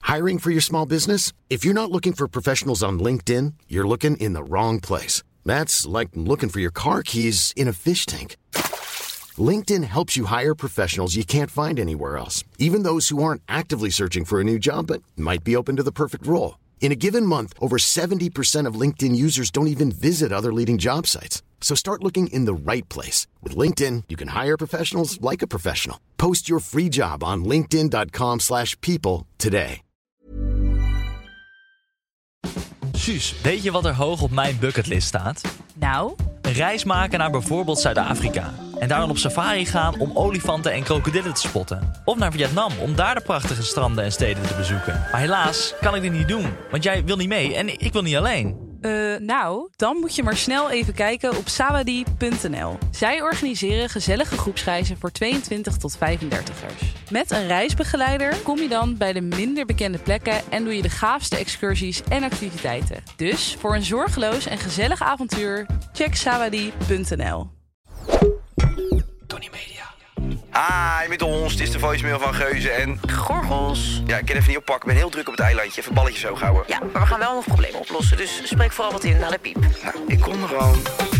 Hiring for your small business? If you're not looking for professionals on LinkedIn, you're looking in the wrong place. That's like looking for your car keys in a fish tank. LinkedIn helps you hire professionals you can't find anywhere else, even those who aren't actively searching for a new job but might be open to the perfect role. In a given month, over 70% of LinkedIn users don't even visit other leading job sites. So start looking in the right place. With LinkedIn, you can hire professionals like a professional. Post your free job on linkedin.com/people today. Suus, weet je wat er hoog op mijn bucketlist staat? Nou? Een reis maken naar bijvoorbeeld Zuid-Afrika. En daar dan op safari gaan om olifanten en krokodillen te spotten. Of naar Vietnam om daar de prachtige stranden en steden te bezoeken. Maar helaas kan ik dit niet doen, want jij wil niet mee en ik wil niet alleen. Nou, dan moet je maar snel even kijken op sawadie.nl. Zij organiseren gezellige groepsreizen voor 22 tot 35ers. Met een reisbegeleider kom je dan bij de minder bekende plekken en doe je de gaafste excursies en activiteiten. Dus voor een zorgeloos en gezellig avontuur, check sawadie.nl. Tony Media. Hi, met ons. Het is de voicemail van Geuze en... Gorgels. Ja, ik kan even niet oppakken. Ik ben heel druk op het eilandje. Even balletjes zo houden. Ja, maar we gaan wel nog problemen oplossen. Dus spreek vooral wat in naar de piep. Nou, ik kom er gewoon.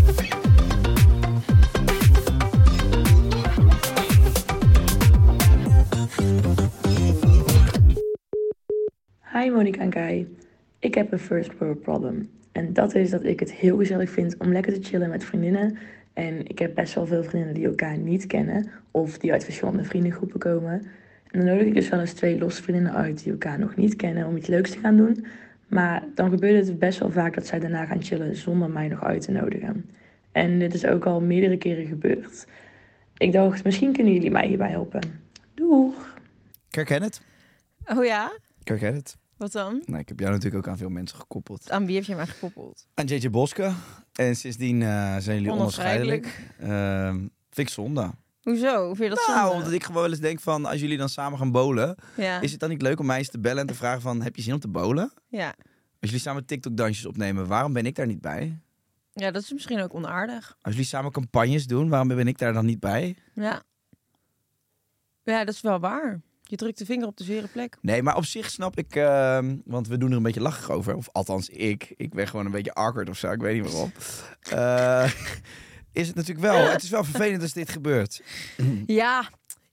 Hi Monica en Kai. Ik heb een first world problem. En dat is dat ik het heel gezellig vind om lekker te chillen met vriendinnen. En ik heb best wel veel vriendinnen die elkaar niet kennen. Of die uit verschillende vriendengroepen komen. En dan nodig ik dus wel eens 2 losse vriendinnen uit die elkaar nog niet kennen om iets leuks te gaan doen. Maar dan gebeurt het best wel vaak dat zij daarna gaan chillen zonder mij nog uit te nodigen. En dit is ook al meerdere keren gebeurd. Ik dacht, misschien kunnen jullie mij hierbij helpen. Doeg! Ik herken het. Oh ja? Ik herken het. Wat dan? Nou, ik heb jou natuurlijk ook aan veel mensen gekoppeld. Aan wie heb je mij gekoppeld? Aan JJ Boske. En sindsdien zijn jullie onafscheidelijk. Vind ik zonde. Hoezo? Hoe vind je dat zonde? Nou, omdat ik gewoon wel eens denk van... als jullie dan samen gaan bowlen... Ja. is het dan niet leuk om mij eens te bellen en te vragen van... heb je zin om te bowlen? Ja. Als jullie samen TikTok-dansjes opnemen... waarom ben ik daar niet bij? Ja, dat is misschien ook onaardig. Als jullie samen campagnes doen... waarom ben ik daar dan niet bij? Ja. Ja, dat is wel waar. Je drukt de vinger op de zere plek. Nee, maar op zich snap ik... want we doen er een beetje lachig over. Of althans, ik ben gewoon een beetje awkward of zo. Ik weet niet waarom. Is het natuurlijk wel... Het is wel vervelend als dit gebeurt. Ja.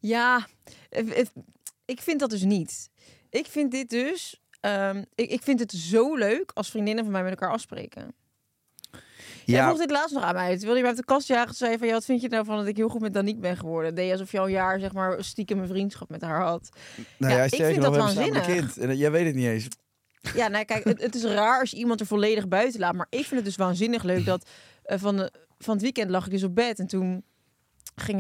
Ik vind dat dus niet. Ik vind dit dus... Ik vind het zo leuk als vriendinnen van mij met elkaar afspreken. Jij vroeg dit laatst nog aan mij. Terwijl je mij op de kast jaagde, zei van... ja, wat vind je nou van dat ik heel goed met Danique ben geworden? Deed je alsof je al een jaar, zeg maar, stiekem een vriendschap met haar had. Nou ja, ja, ik vind dat waanzinnig. Kind. En jij weet het niet eens. Ja, nou kijk, het is raar als je iemand er volledig buiten laat. Maar ik vind het dus waanzinnig leuk dat... van het weekend lag ik dus op bed. En toen ging...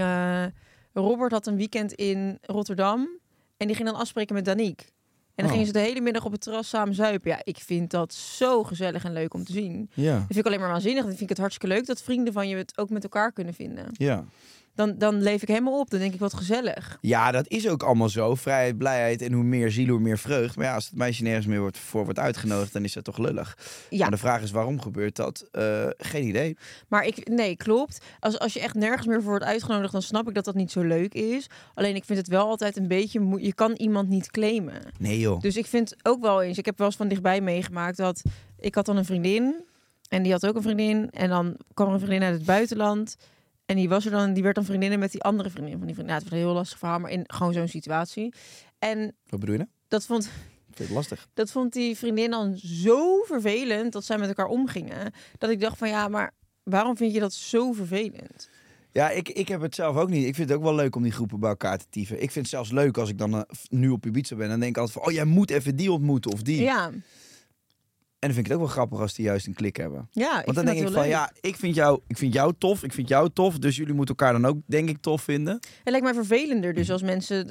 Robert had een weekend in Rotterdam. En die ging dan afspreken met Danique. En dan gingen ze de hele middag op het terras samen zuipen. Ja, ik vind dat zo gezellig en leuk om te zien. Ja. Dat vind ik alleen maar waanzinnig. Dan vind ik het hartstikke leuk dat vrienden van je het ook met elkaar kunnen vinden. Ja. Dan leef ik helemaal op. Dan denk ik, wat gezellig. Ja, dat is ook allemaal zo. Vrijheid, blijheid en hoe meer ziel, hoe meer vreugd. Maar ja, als het meisje nergens meer wordt uitgenodigd, dan is dat toch lullig. Ja. Maar de vraag is, waarom gebeurt dat? Geen idee. Maar nee, klopt. Als je echt nergens meer voor wordt uitgenodigd, dan snap ik dat dat niet zo leuk is. Alleen ik vind het wel altijd een beetje... Je kan iemand niet claimen. Nee joh. Dus ik vind ook wel eens... Ik heb wel eens van dichtbij meegemaakt dat... Ik had dan een vriendin en die had ook een vriendin. En dan kwam er een vriendin uit het buitenland... En die werd dan vriendinnen met die andere vriendin van die vriendin. Ja, het was een heel lastig verhaal, maar in gewoon zo'n situatie. En wat bedoel je nou? Dat vond... Vind je het lastig? Dat vond die vriendin dan zo vervelend dat zij met elkaar omgingen. Dat ik dacht van ja, maar waarom vind je dat zo vervelend? Ja, ik heb het zelf ook niet. Ik vind het ook wel leuk om die groepen bij elkaar te tieven. Ik vind het zelfs leuk als ik dan nu op Ibiza ben. Dan denk ik altijd van, oh, jij moet even die ontmoeten of die. Ja. En dan vind ik het ook wel grappig als die juist een klik hebben. Ja, want dan denk ik van, leuk. ja, ik vind jou tof, ik vind jou tof. Dus jullie moeten elkaar dan ook, denk ik, tof vinden. Het lijkt mij vervelender dus als mensen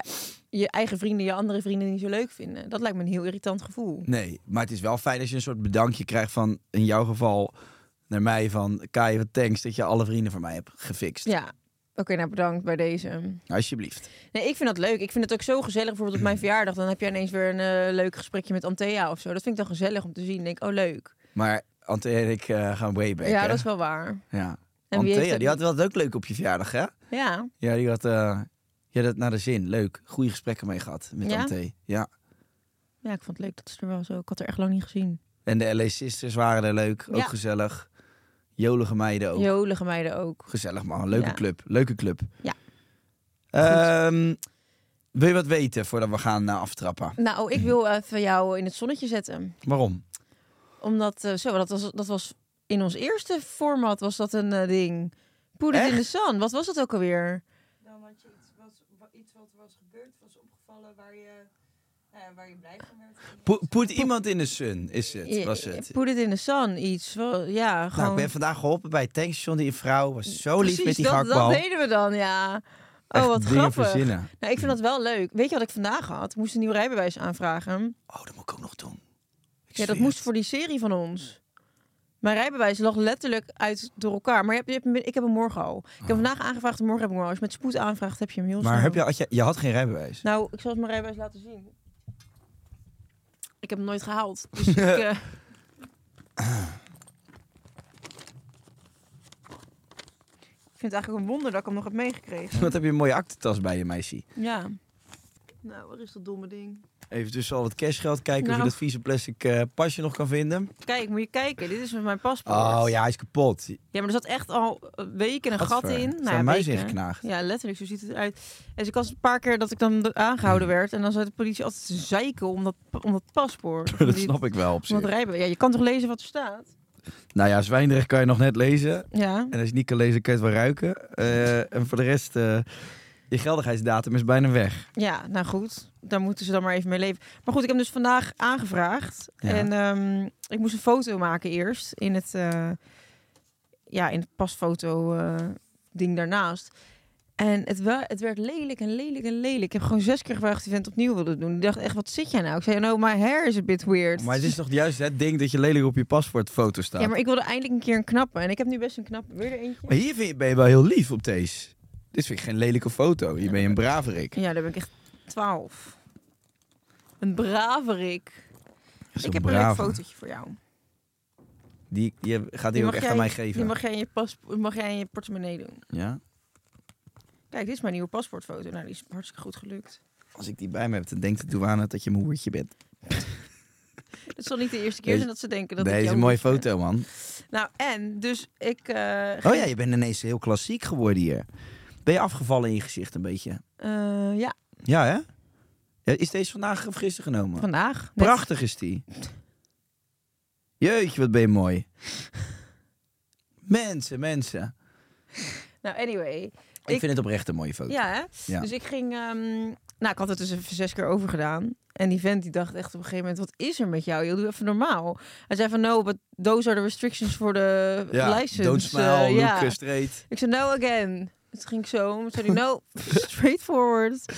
je eigen vrienden, je andere vrienden niet zo leuk vinden. Dat lijkt me een heel irritant gevoel. Nee, maar het is wel fijn als je een soort bedankje krijgt van, in jouw geval, naar mij van, Kai, wat thanks dat je alle vrienden van mij hebt gefixt. Ja. Oké, nou bedankt bij deze. Alsjeblieft. Nee, ik vind dat leuk. Ik vind het ook zo gezellig. Bijvoorbeeld op mijn verjaardag. Dan heb je ineens weer een leuk gesprekje met Antea of zo. Dat vind ik dan gezellig om te zien. Denk, oh leuk. Maar Antea en ik gaan way back. Ja, hè? dat is wel waar. Ja. En Antea, die had wel ook leuk op je verjaardag, hè? Ja. Ja, die had dat naar de zin. Leuk. Goede gesprekken mee gehad met Antea. Ja. Ja, ik vond het leuk dat ze er was ook. Ik had er echt lang niet gezien. En de LA Sisters waren er leuk. Ook Ja. gezellig. Jolige meiden ook. Jolige meiden ook. Gezellig man. Leuke Ja. club. Leuke club. Ja. Wil je wat weten voordat we gaan aftrappen? Nou, ik wil even jou in het zonnetje zetten. Waarom? Omdat, dat was in ons eerste format was dat een ding. Put it in the sun. Wat was het ook alweer? Dan had je iets wat was gebeurd, was opgevallen waar je blij van werd. Put iemand in de sun was het. Put it in the sun, iets. Ja, gewoon... Nou, ik ben vandaag geholpen bij het tankstation. Die vrouw was zo lief Precies, met die dat gehaktbal. deden we dan, ja. Echt Oh, wat dingen grappig. verzinnen. Nou, ik vind dat wel leuk. Weet je wat ik vandaag had? Ik moest een nieuw rijbewijs aanvragen. Oh, dat moet ik ook nog doen. Ja, dat moest voor die serie van ons. Mijn rijbewijs lag letterlijk uit door elkaar. Maar ik heb hem morgen al. Ik heb hem vandaag aangevraagd en morgen heb ik hem al. Als je met spoed aanvraagt, heb je hem heel Maar snel. je had geen rijbewijs? Nou, ik zal het mijn rijbewijs laten zien. Ik heb hem nooit gehaald. Dus ik... Ik vind het eigenlijk een wonder dat ik hem nog heb meegekregen. Wat heb je een mooie aktentas bij je, meisje? Ja. Nou, waar is dat domme ding? Even tussen al het cashgeld kijken of Nou. je dat vieze plastic pasje nog kan vinden. Kijk, moet je kijken. Dit is mijn paspoort. Oh ja, hij is kapot. Ja, maar er zat echt al weken een gat Gadver. in. Er zijn een muis weken. ingeknaagd. Ja, letterlijk. Zo ziet het eruit. Dus ik was een paar keer dat ik dan aangehouden werd. En dan zei de politie altijd te zeiken om dat paspoort. Dat snap ik wel op zich. Ja, je kan toch lezen wat er staat? Nou ja, Zwijndrecht kan je nog net lezen. Ja. En als je niet kan lezen, kan je het wel ruiken. En voor de rest, je geldigheidsdatum is bijna weg. Ja, nou goed. Daar moeten ze dan maar even mee leven. Maar goed, ik heb hem dus vandaag aangevraagd. Ja. En ik moest een foto maken eerst. In het pasfoto ding daarnaast. En het werd lelijk en lelijk en lelijk. Ik heb gewoon 6 keer gevraagd of die vent opnieuw wilde doen. Die dacht echt, wat zit jij nou? Ik zei, no, my hair is a bit weird. Maar het is toch juist het ding dat je lelijk op je paspoortfoto staat? Ja, maar ik wilde eindelijk een keer een knappe. En ik heb nu best een knappe. Weer er eentje? Maar hier ben je wel heel lief op deze. Dit vind ik geen lelijke foto. Hier ben je een braverik. Ja, daar ben ik echt 12. Een braverik. Zo'n Ik heb een leuk brave. fotootje voor jou. Je gaat die ook echt aan mij geven. Die mag jij in je portemonnee doen. Ja? Kijk, dit is mijn nieuwe paspoortfoto. Nou, die is hartstikke goed gelukt. Als ik die bij me heb, dan denkt de douane dat je een hoertje bent. Het zal niet de eerste keer zijn dat ze denken dat Nee, ik het is jou een mooie hoef, hè. foto, man. Nou, en dus ik... Oh ja, je bent ineens heel klassiek geworden hier. Ben je afgevallen in je gezicht een beetje? ja, Ja, hè? Ja, is deze vandaag of gisteren genomen? vandaag. Net. Prachtig is die. Jeetje, wat ben je mooi. Mensen. Nou, anyway. Ik vind het oprecht een mooie foto. Ja, hè? Ja. Dus ik ging... nou, ik had het dus even 6 keer over gedaan. En die vent die dacht echt op een gegeven moment... Wat is er met jou? Je doe even normaal. Hij zei van... No, but those are the restrictions for the license. Don't smile, ja. look straight. Ik zei, no again. Het ging zo. Toen zei hij, no, straightforward.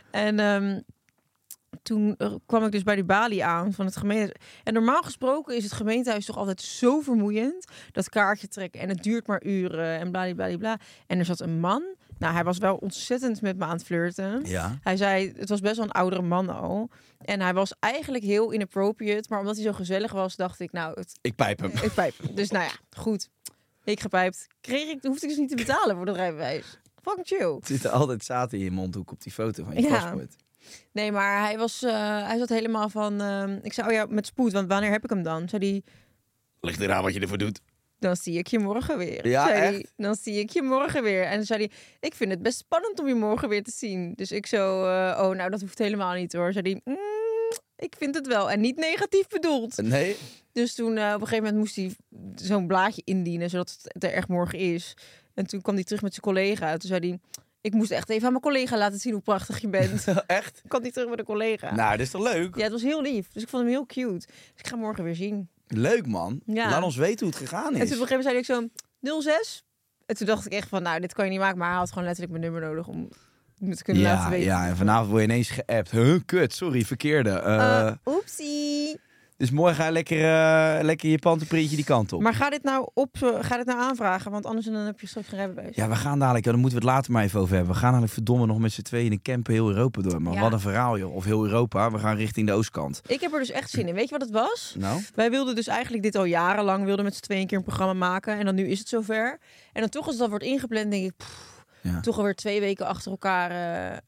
En toen kwam ik dus bij die balie aan van het gemeentehuis. En normaal gesproken is het gemeentehuis toch altijd zo vermoeiend. Dat kaartje trekken en het duurt maar uren en bladibladibla. En er zat een man. Nou, hij was wel ontzettend met me aan het flirten. Ja. Hij zei, het was best wel een oudere man al. En hij was eigenlijk heel inappropriate. Maar omdat hij zo gezellig was, dacht ik, nou... Ik pijp hem. Ik pijp. Dus nou ja, goed. Ik gepijpt. Hoefde ik dus niet te betalen voor dat rijbewijs. Fucking chill. Er zitten altijd zaten in je mondhoek op die foto van je Ja. paspoort. Nee, maar hij zat helemaal van... ik zei, oh ja, met spoed, want wanneer heb ik hem dan? Zei hij, Ligt eraan wat je ervoor doet. dan zie ik je morgen weer. Ja, zei hij, echt? dan zie ik je morgen weer. En dan zei hij, ik vind het best spannend om je morgen weer te zien. Dus ik zo, oh, nou, dat hoeft helemaal niet hoor. Zei hij, ik vind het wel. En niet negatief bedoeld. Nee. Dus toen op een gegeven moment moest hij zo'n blaadje indienen, zodat het er echt morgen is. En toen kwam hij terug met zijn collega. Toen zei hij, ik moest echt even aan mijn collega laten zien hoe prachtig je bent. Echt? Kwam hij terug met een collega. Nou, dat is toch leuk? Ja, het was heel lief. Dus ik vond hem heel cute. Dus ik ga hem morgen weer zien. Leuk, man. Ja. Laat ons weten hoe het gegaan En is. toen op een gegeven moment zei ik zo, 06. En toen dacht ik echt van, nou, dit kan je niet maken. Maar hij had gewoon letterlijk mijn nummer nodig om me te kunnen laten weten. Ja, en vanavond word je ineens geappt. Kut, sorry, verkeerde. Oepsie. Dus morgen ga je lekker je pantenprintje die kant op. Maar ga dit nou aanvragen, want anders dan heb je straks geen rijbewijs. Ja, we gaan dadelijk, dan moeten we het later maar even over hebben. We gaan eigenlijk verdomme nog met z'n tweeën in een camper heel Europa door. Man, Ja. wat een verhaal, joh. Of heel Europa. We gaan richting de oostkant. Ik heb er dus echt zin in. Weet je wat het was? Nou? Wij wilden dus eigenlijk dit al jarenlang, wilden met z'n tweeën een keer een programma maken. En dan nu is het zover. En dan toch als dat wordt ingepland, denk ik, Ja. toch alweer 2 weken achter elkaar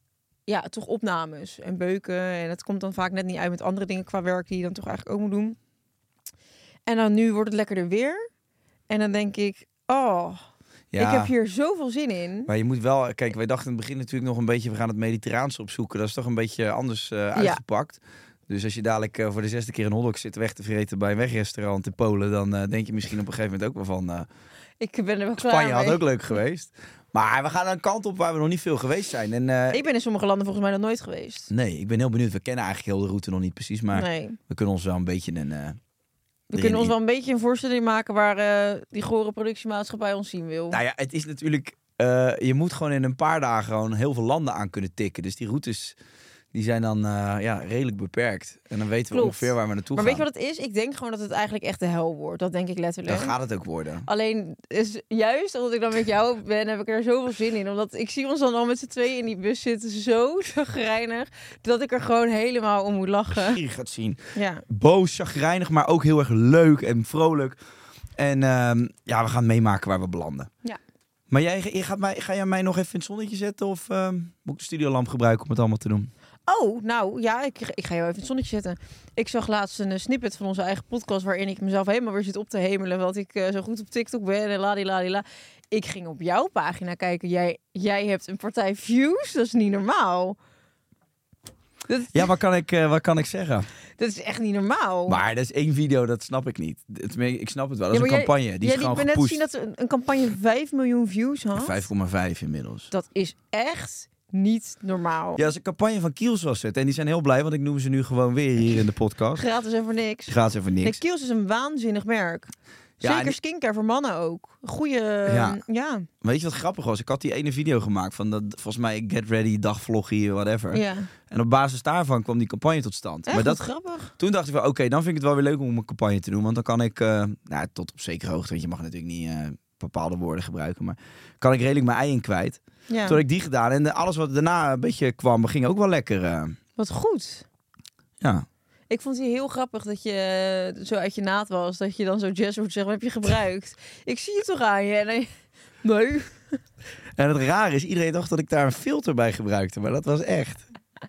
toch opnames en beuken. En het komt dan vaak net niet uit met andere dingen qua werk die je dan toch eigenlijk ook moet doen. En dan nu wordt het lekkerder weer. En dan denk ik, ik heb hier zoveel zin in. Maar je moet wel... Kijk, wij dachten in het begin natuurlijk nog een beetje... we gaan het Mediterraanse opzoeken. Dat is toch een beetje anders uitgepakt. Dus als je dadelijk voor de 6e keer een hotdog zit weg te vreten... bij een wegrestaurant in Polen... dan denk je misschien op een gegeven moment ook wel van... ik ben er wel klaar Spanje mee. had ook leuk geweest. Maar we gaan een kant op waar we nog niet veel geweest zijn. En, ik ben in sommige landen volgens mij nog nooit geweest. Nee, ik ben heel benieuwd. We kennen eigenlijk heel de route nog niet precies. Maar we kunnen ons wel een beetje We kunnen ons wel een beetje een voorstelling maken waar die gore productiemaatschappij ons zien wil. Nou ja, het is natuurlijk... je moet gewoon in een paar dagen gewoon heel veel landen aan kunnen tikken. Dus die routes die zijn dan redelijk beperkt. En dan weten we ongeveer waar we naartoe gaan. Maar weet je wat het is? Ik denk gewoon dat het eigenlijk echt de hel wordt. Dat denk ik letterlijk. Dan gaat het ook worden. Alleen, juist omdat ik dan met jou ben, heb ik er zoveel zin in. Omdat ik zie ons dan al met z'n tweeën in die bus zitten. Zo chagrijnig. Dat ik er gewoon helemaal om moet lachen. Je gaat zien. Ja. Boos, chagrijnig, maar ook heel erg leuk en vrolijk. En we gaan meemaken waar we belanden. Ja. Maar ga jij mij nog even in het zonnetje zetten? Of moet ik de studiolamp gebruiken om het allemaal te doen? Oh, nou ja, ik ga jou even in het zonnetje zetten. Ik zag laatst een snippet van onze eigen podcast... waarin ik mezelf helemaal weer zit op te hemelen... wat ik zo goed op TikTok ben en ladila. Ik ging op jouw pagina kijken. Jij hebt een partij views. Dat is niet normaal. Ja, wat kan ik zeggen? Dat is echt niet normaal. Maar dat is 1 video, dat snap ik niet. Ik snap het wel. Dat is een campagne. Die is gewoon gepusht. Ik ben net zien dat een campagne 5 miljoen views had. 5,5 inmiddels. Dat is echt niet normaal. Ja, dat is een campagne van Kiehl's was het. En die zijn heel blij, want ik noem ze nu gewoon weer hier in de podcast. Gratis en voor niks. Gratis en voor niks. Nee, Kiehl's is een waanzinnig merk. Ja, Zeker skincare voor mannen ook. Goeie, ja. Weet je wat grappig was? Ik had die ene video gemaakt van dat, volgens mij Get Ready, dagvloggie, whatever. Ja. En op basis daarvan kwam die campagne tot stand. Echt, maar dat grappig. Toen dacht ik van oké, dan vind ik het wel weer leuk om een campagne te doen. Want dan kan ik, tot op zekere hoogte, want je mag natuurlijk niet bepaalde woorden gebruiken. Maar kan ik redelijk mijn ei in kwijt. Ja. Toen had ik die gedaan. En alles wat daarna een beetje kwam, ging ook wel lekker. Wat goed. Ja. Ik vond het heel grappig dat je zo uit je naad was. Dat je dan zo jazz wordt zeggen, wat heb je gebruikt? Ik zie het toch aan je? En nee. En het rare is, iedereen dacht dat ik daar een filter bij gebruikte. Maar dat was echt.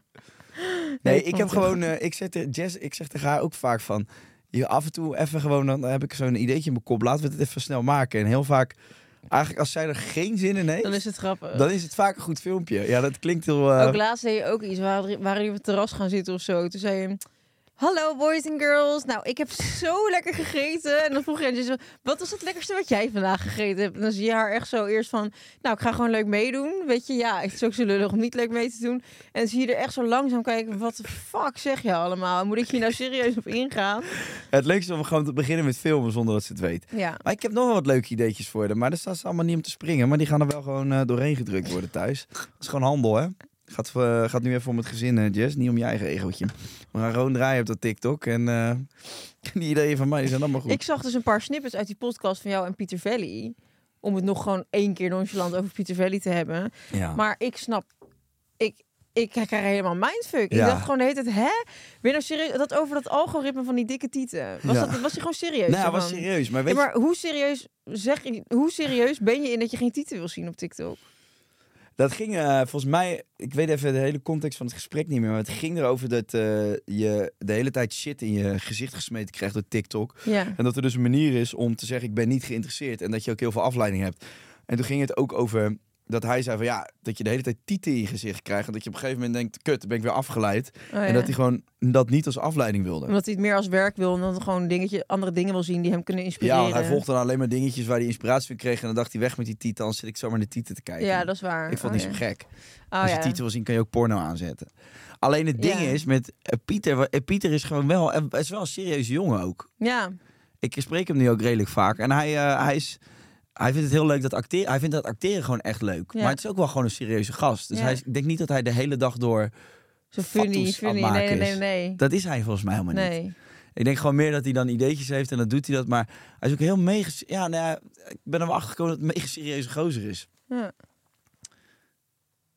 Nee, ik heb gewoon... ik zeg tegen haar ook vaak van... Je af en toe even gewoon... Dan heb ik zo'n ideetje in mijn kop. Laten we het even snel maken. En heel vaak... Eigenlijk als zij er geen zin in heeft... Dan is het grappig. Dan is het vaak een goed filmpje. Ja, dat klinkt heel... Ook laatst deed je ook iets. Waren jullie op het terras gaan zitten of zo. Toen zei je... Hallo boys and girls. Nou, ik heb zo lekker gegeten. En dan vroeg je zo, wat was het lekkerste wat jij vandaag gegeten hebt? En dan zie je haar echt zo eerst van, nou, ik ga gewoon leuk meedoen. Weet je, ja, het is ook zo lullig om niet leuk mee te doen. En dan zie je er echt zo langzaam kijken, wat de fuck zeg je allemaal? Moet ik hier nou serieus op ingaan? Het leukste is om gewoon te beginnen met filmen zonder dat ze het weet. Ja. Maar ik heb nog wel wat leuke ideetjes voor haar. Maar daar staan ze allemaal niet om te springen. Maar die gaan er wel gewoon doorheen gedrukt worden thuis. Dat is gewoon handel, hè? Gaat nu even om het gezin, Jess. Niet om je eigen egootje. We gaan gewoon draaien op dat TikTok. En die ideeën van mij zijn allemaal goed. Ik zag dus een paar snippets uit die podcast van jou en Pieter Velli. Om het nog gewoon 1 keer nonchalant over Pieter Velli te hebben. Ja. Maar ik snap... Ik krijg helemaal mindfuck. Ja. Ik dacht gewoon de hele tijd, hè? Ben je nou serieus? Dat over dat algoritme van die dikke tieten. Was hij gewoon serieus? Nou, was serieus. Maar, weet maar hoe serieus ben je in dat je geen tieten wil zien op TikTok? Dat ging volgens mij... Ik weet even de hele context van het gesprek niet meer. Maar het ging erover dat je de hele tijd shit in je gezicht gesmeten krijgt door TikTok. Ja. En dat er dus een manier is om te zeggen, ik ben niet geïnteresseerd. En dat je ook heel veel afleiding hebt. En toen ging het ook over... Dat hij zei van dat je de hele tijd tieten in je gezicht krijgt. En dat je op een gegeven moment denkt, kut, dan ben ik weer afgeleid. Oh, ja. En dat hij gewoon dat niet als afleiding wilde. Omdat hij het meer als werk wil. En dan gewoon andere dingen wil zien die hem kunnen inspireren. Ja, hij volgde dan alleen maar dingetjes waar hij inspiratie van kreeg. En dan dacht hij, weg met die tieten, anders zit ik zomaar naar de tieten te kijken. Ja, dat is waar. Ik vond het niet zo gek. Als je titel wil zien, kan je ook porno aanzetten. Alleen het ding is, met Pieter... Pieter is gewoon wel... Hij is wel een serieuze jongen ook. Ja. Ik spreek hem nu ook redelijk vaak. En hij vindt het heel leuk dat acteren. Hij vindt dat acteren gewoon echt leuk. Ja. Maar het is ook wel gewoon een serieuze gast. Dus ik denk niet dat hij de hele dag door zo funny. Nee. Dat is hij volgens mij helemaal niet. Ik denk gewoon meer dat hij dan ideetjes heeft en dan doet hij dat. Maar hij is ook heel mega... Ja, ik ben er wel achter gekomen dat het een mega serieuze gozer is. Ja.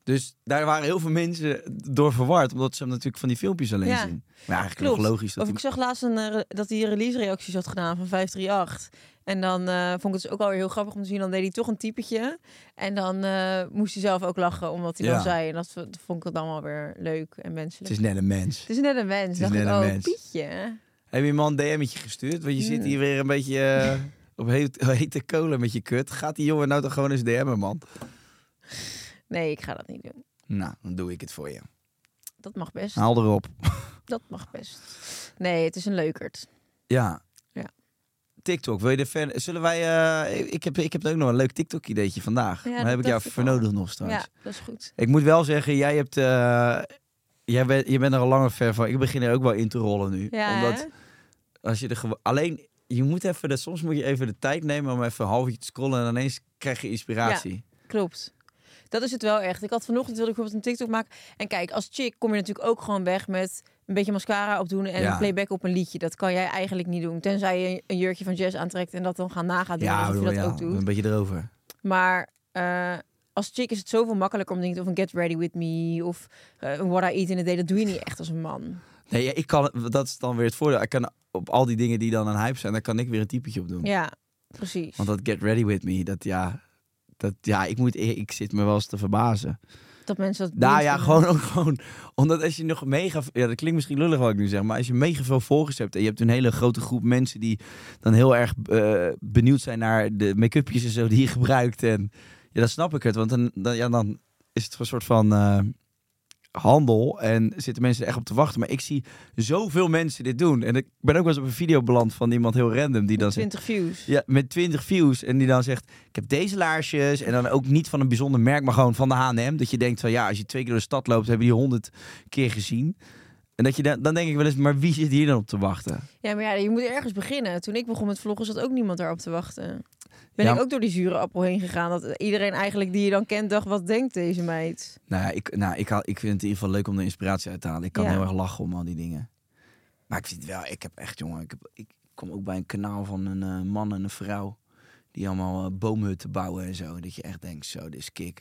Dus daar waren heel veel mensen door verward, omdat ze hem natuurlijk van die filmpjes alleen Ja. zien. Maar eigenlijk Klopt. nog logisch. Dat Of ik zag laatst dat hij release-reacties had gedaan van 538. En dan vond ik het dus ook alweer heel grappig om te zien. Dan deed hij toch een typetje. En dan moest hij zelf ook lachen, omdat hij dan zei. En dat vond ik dan wel weer leuk en menselijk. Het is net een mens. Het is net een mens. Het is net een mens. Pietje. Heb je man een DM'tje gestuurd? Want je zit hier weer een beetje op hete kolen met je kut. Gaat die jongen nou toch gewoon eens DM'en, man? Nee, ik ga dat niet doen. Nou, dan doe ik het voor je. Dat mag best. Haal erop. Dat mag best. Nee, het is een leukert. Ja. Ja. TikTok, wil je de fan... Zullen wij... ik heb ook nog een leuk TikTok-ideetje vandaag. Ja, Maar dat heb ik jou dacht ik voor al. nodig nog straks. Ja, dat is goed. Ik moet wel zeggen, jij hebt... je bent er al langer fan van. Ik begin er ook wel in te rollen nu. Ja, Omdat hè? als je alleen... Je moet even soms moet je even de tijd nemen om even een half uurtje te scrollen en ineens krijg je inspiratie. Klopt. Dat is het wel echt. Ik had vanochtend wilde ik bijvoorbeeld een TikTok maken. En kijk, als chick kom je natuurlijk ook gewoon weg met een beetje mascara opdoen en een playback op een liedje. Dat kan jij eigenlijk niet doen. Tenzij je een jurkje van Jazz aantrekt en dat dan gaan nagaan doen. Alsof je dat ook doet. Een beetje erover. Maar als chick is het zoveel makkelijker om dingen te doen. Of een Get Ready With Me of een What I Eat in a Day. Dat doe je niet echt als een man. Nee, ja, ik kan, dat is dan weer het voordeel. Ik kan op al die dingen die dan een hype zijn, daar kan ik weer een typetje op doen. Ja, precies. Want dat Get Ready With Me, ik zit me wel eens te verbazen. Dat mensen dat Nou ja, vinden. gewoon. Omdat als je nog mega... Ja, dat klinkt misschien lullig wat ik nu zeg, maar als je mega veel volgers hebt en je hebt een hele grote groep mensen die dan heel erg benieuwd zijn naar de make-upjes en zo die je gebruikt. En ja, dan snap ik het. Want dan is het een soort van handel en zitten mensen er echt op te wachten. Maar ik zie zoveel mensen dit doen. En ik ben ook wel eens op een video beland van iemand heel random die dan 20 views. Ja, met 20 views. En die dan zegt, ik heb deze laarsjes. En dan ook niet van een bijzonder merk, maar gewoon van de H&M. Dat je denkt van, ja, als je 2 keer door de stad loopt, hebben die 100 keer gezien. En dat je dan denk ik wel eens, maar wie zit hier dan op te wachten? Ja, maar ja, je moet ergens beginnen. Toen ik begon met vloggen, zat ook niemand daarop te wachten. Ben Ja, ik ook door die zure appel heen gegaan. Dat iedereen eigenlijk die je dan kent dacht, wat denkt deze meid? Nou ja, ik vind het in ieder geval leuk om de inspiratie uit te halen. Ik kan heel erg lachen om al die dingen. Maar ik vind het wel, ik heb echt, jongen, ik kom ook bij een kanaal van een man en een vrouw die allemaal boomhutten bouwen en zo. Dat je echt denkt, zo, dit is kick.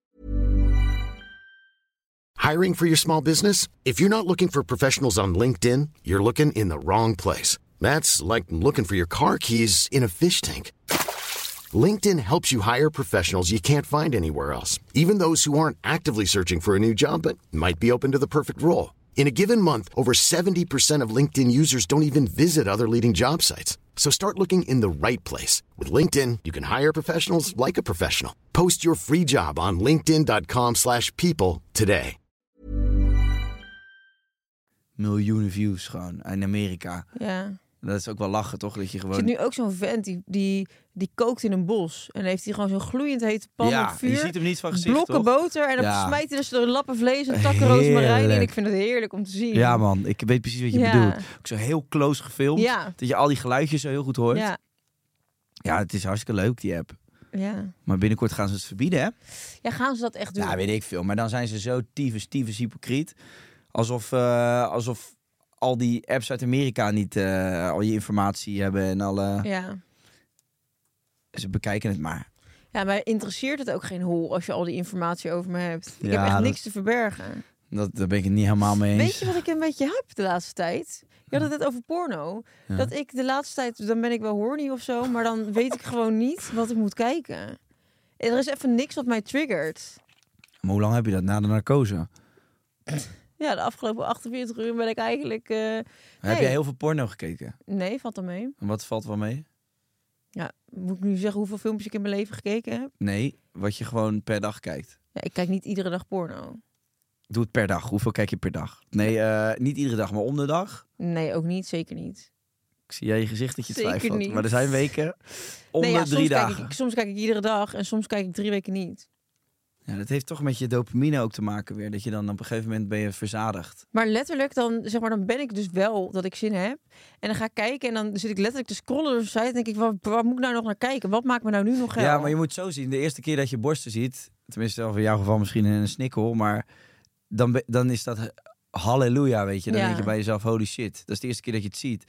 Hiring for your small business? If you're not looking for professionals on LinkedIn, you're looking in the wrong place. That's like looking for your car keys in a fish tank. LinkedIn helps you hire professionals you can't find anywhere else, even those who aren't actively searching for a new job but might be open to the perfect role. In a given month, over 70% of LinkedIn users don't even visit other leading job sites. So start looking in the right place. With LinkedIn, you can hire professionals like a professional. Post your free job on linkedin.com/people today. Miljoenen views gewoon in Amerika. Ja. Dat is ook wel lachen, toch? Dat je Er gewoon... zit nu ook zo'n vent die kookt in een bos. En heeft hij gewoon zo'n gloeiend hete pan op vuur. je ziet hem niet van gezicht, blokken toch? boter. En dan smijt hij dus door lappen vlees en takken rozemarijn in. Heerlijk. Ik vind het heerlijk om te zien. Ja, man. Ik weet precies wat je bedoelt. Ook zo heel close gefilmd. Ja. Dat je al die geluidjes zo heel goed hoort. Ja. Ja, het is hartstikke leuk, die app. Ja. Maar binnenkort gaan ze het verbieden, hè? Ja, gaan ze dat echt doen? Ja, weet ik veel. Maar dan zijn ze zo tyfus hypocriet. Alsof al die apps uit Amerika niet al je informatie hebben en alle... Ja. Ze bekijken het maar. Ja, maar interesseert het ook geen hol als je al die informatie over me hebt? Ik Ja, heb echt dat- niks te verbergen. Daar ben ik het niet helemaal mee eens. Weet je wat ik een beetje heb de laatste tijd? Je had het net over porno. Ja. Dat ik de laatste tijd, dan ben ik wel horny of zo, maar dan weet ik gewoon niet wat ik moet kijken. Er is even niks wat mij triggert. Maar hoe lang heb je dat na de narcose? Ja, de afgelopen 48 uur ben ik eigenlijk... Heb jij heel veel porno gekeken? Nee, valt er mee. En wat valt wel mee? Ja, moet ik nu zeggen hoeveel filmpjes ik in mijn leven gekeken heb? Nee, wat je gewoon per dag kijkt. Ja, ik kijk niet iedere dag porno. Doe het per dag. Hoeveel kijk je per dag? Nee, niet iedere dag, maar om de dag. Nee, ook niet. Zeker niet. Ik zie jij je gezicht dat je Zeker twijfelt. niet. Maar er zijn weken om Nee, de ja, 3 dagen. Soms kijk ik iedere dag en soms kijk ik 3 weken niet. Ja, dat heeft toch met je dopamine ook te maken weer. Dat je dan op een gegeven moment ben je verzadigd. Maar letterlijk, dan ben ik dus wel dat ik zin heb. En dan ga ik kijken en dan zit ik letterlijk te scrollen door de site. En denk ik, waar moet ik nou nog naar kijken? Wat maakt me nou nu nog geil? Ja, maar je moet zo zien. De eerste keer dat je borsten ziet, tenminste in jouw geval misschien een snikkel, maar dan is dat halleluja, weet je. Dan Ja. denk je bij jezelf, holy shit. Dat is de eerste keer dat je het ziet.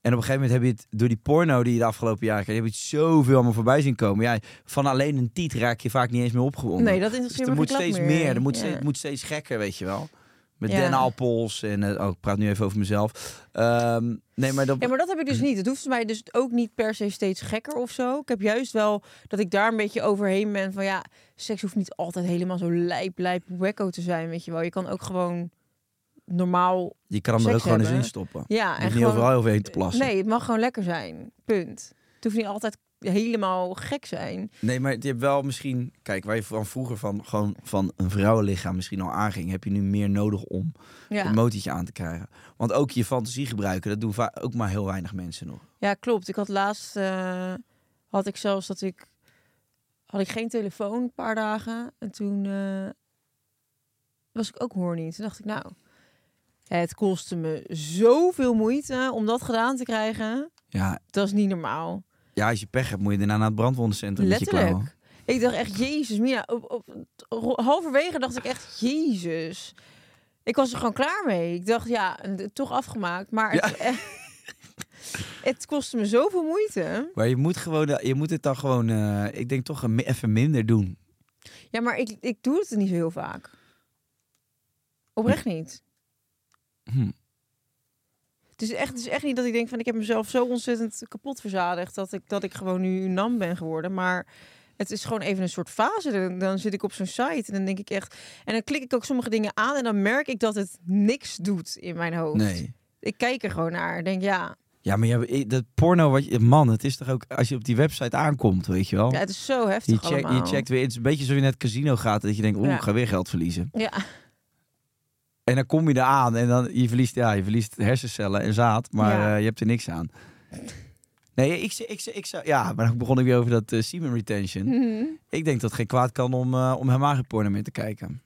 En op een gegeven moment heb je het door die porno die je de afgelopen jaren kreeg, heb je het zoveel allemaal voorbij zien komen. Ja, van alleen een tiet raak je vaak niet eens meer opgewonden. Nee, dat Dus interesseert er me moet geen klap steeds meer. meer. Er moet, Ja. steeds, moet steeds gekker, weet je wel. Met Ja. dennenappels en... ik praat nu even over mezelf. Nee, maar dat... Ja, maar dat heb ik dus niet. Het hoeft voor mij dus ook niet per se steeds gekker of zo. Ik heb juist wel dat ik daar een beetje overheen ben van ja, seks hoeft niet altijd helemaal zo lijp, wekko te zijn, weet je wel. Je kan ook gewoon normaal Je kan hem er seks ook gewoon eens hebben. in stoppen. Ja, Je en hoeft niet gewoon- overal overheen te plassen. Nee, het mag gewoon lekker zijn. Punt. Het hoeft niet altijd helemaal gek zijn. Nee, maar je hebt wel misschien... Kijk, waar je van vroeger gewoon van een vrouwenlichaam misschien al aanging... heb je nu meer nodig om Ja. een motietje aan te krijgen. Want ook je fantasie gebruiken, dat doen ook maar heel weinig mensen nog. Ja, klopt. Ik had laatst had ik zelfs dat ik had ik geen telefoon een paar dagen en toen was ik ook horny. Toen dacht ik nou, het kostte me zoveel moeite om dat gedaan te krijgen. Ja, Dat is niet normaal. ja, als je pech hebt, moet je daarna naar het brandwondencentrum met je klauwen. Letterlijk. Ik dacht echt, jezus, Mia. Halverwege dacht ik echt, jezus. Ik was er gewoon klaar mee. Ik dacht, ja, toch afgemaakt. Maar Ja. het kostte me zoveel moeite. Maar je moet het dan gewoon, ik denk toch even minder doen. Ja, maar ik doe het niet zo heel vaak. Oprecht niet. Het is echt niet dat ik denk van ik heb mezelf zo ontzettend kapot verzadigd dat ik gewoon nu nam ben geworden. Maar het is gewoon even een soort fase. Dan zit ik op zo'n site en dan denk ik echt... En dan klik ik ook sommige dingen aan en dan merk ik dat het niks doet in mijn hoofd. Nee. Ik kijk er gewoon naar. Denk ja, Ja, maar dat porno, man, het is toch ook als je op die website aankomt, weet je wel? ja het is zo heftig je allemaal. checkt weer, het is een beetje zoals je net casino gaat, dat je denkt, Ja. ik ga weer geld verliezen. Ja, En dan kom je eraan en dan je verliest hersencellen en zaad, maar Ja. je hebt er niks aan. Nee, ik zou, ja, maar dan begon ik weer over dat semen retention. Mhm. Ik denk dat het geen kwaad kan om helemaal geen porno meer te kijken.